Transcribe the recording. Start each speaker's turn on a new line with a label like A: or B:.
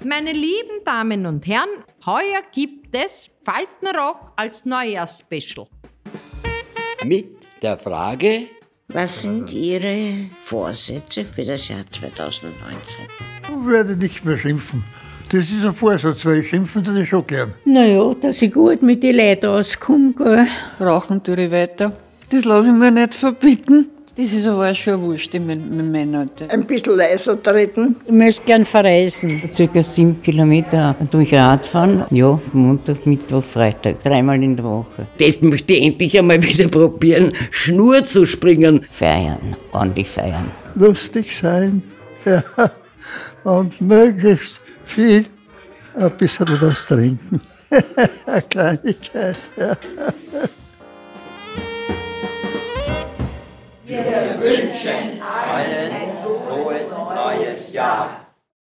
A: Meine lieben Damen und Herren, heuer gibt es Faltenrock als Neujahrsspecial.
B: Mit der Frage:
C: Was sind Ihre Vorsätze für das Jahr 2019?
D: Ich werde nicht mehr schimpfen. Das ist ein Vorsatz, weil ich schimpfen tue ich schon gern.
E: Naja, dass ich gut mit den Leuten auskomme, gell.
F: Rauchen tue ich weiter. Das lasse ich mir nicht verbieten. Das ist aber auch schon wurscht mit meinem Alter.
E: Ein bisschen leiser treten.
G: Ich möchte gern verreisen. Circa 7 Kilometer durch Radfahren. Ja, Montag, Mittwoch, Freitag. 3-mal in der Woche.
B: Das möchte ich endlich einmal wieder probieren, Schnur zu springen.
G: Feiern, ordentlich feiern.
D: Lustig sein, ja, und möglichst viel ein bisschen was trinken. Eine Kleinigkeit, ja.
H: Wir wünschen allen ein frohes neues Jahr.